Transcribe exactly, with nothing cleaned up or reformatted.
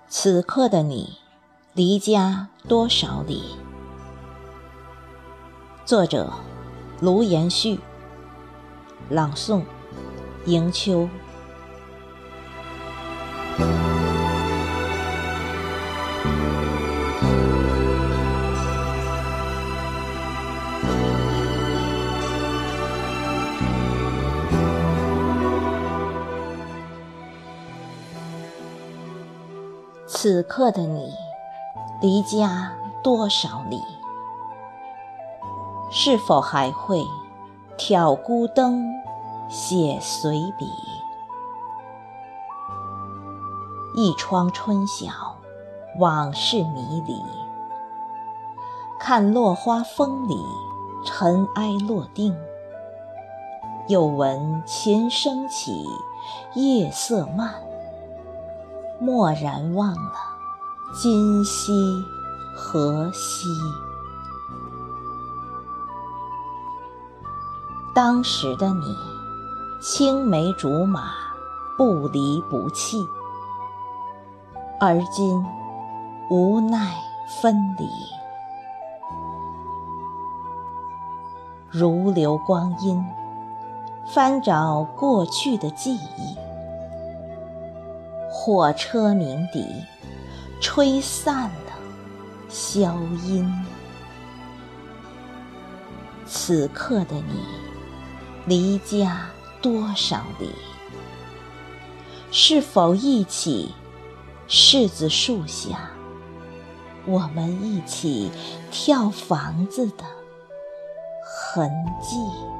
此刻的你，离家多少里？作者：卢延旭，朗诵：迎秋。此刻的你，离家多少里？是否还会挑孤灯，写随笔？一窗春晓，往事迷离。看落花风里，尘埃落定。又闻琴声起，夜色漫。蓦然忘了今夕何夕。当时的你，青梅竹马，不离不弃。而今无奈分离，如流光阴，翻找过去的记忆。火车鸣笛，吹散了箫音。此刻的你，离家多少里？是否忆起柿子树下，我们一起跳房子的痕迹？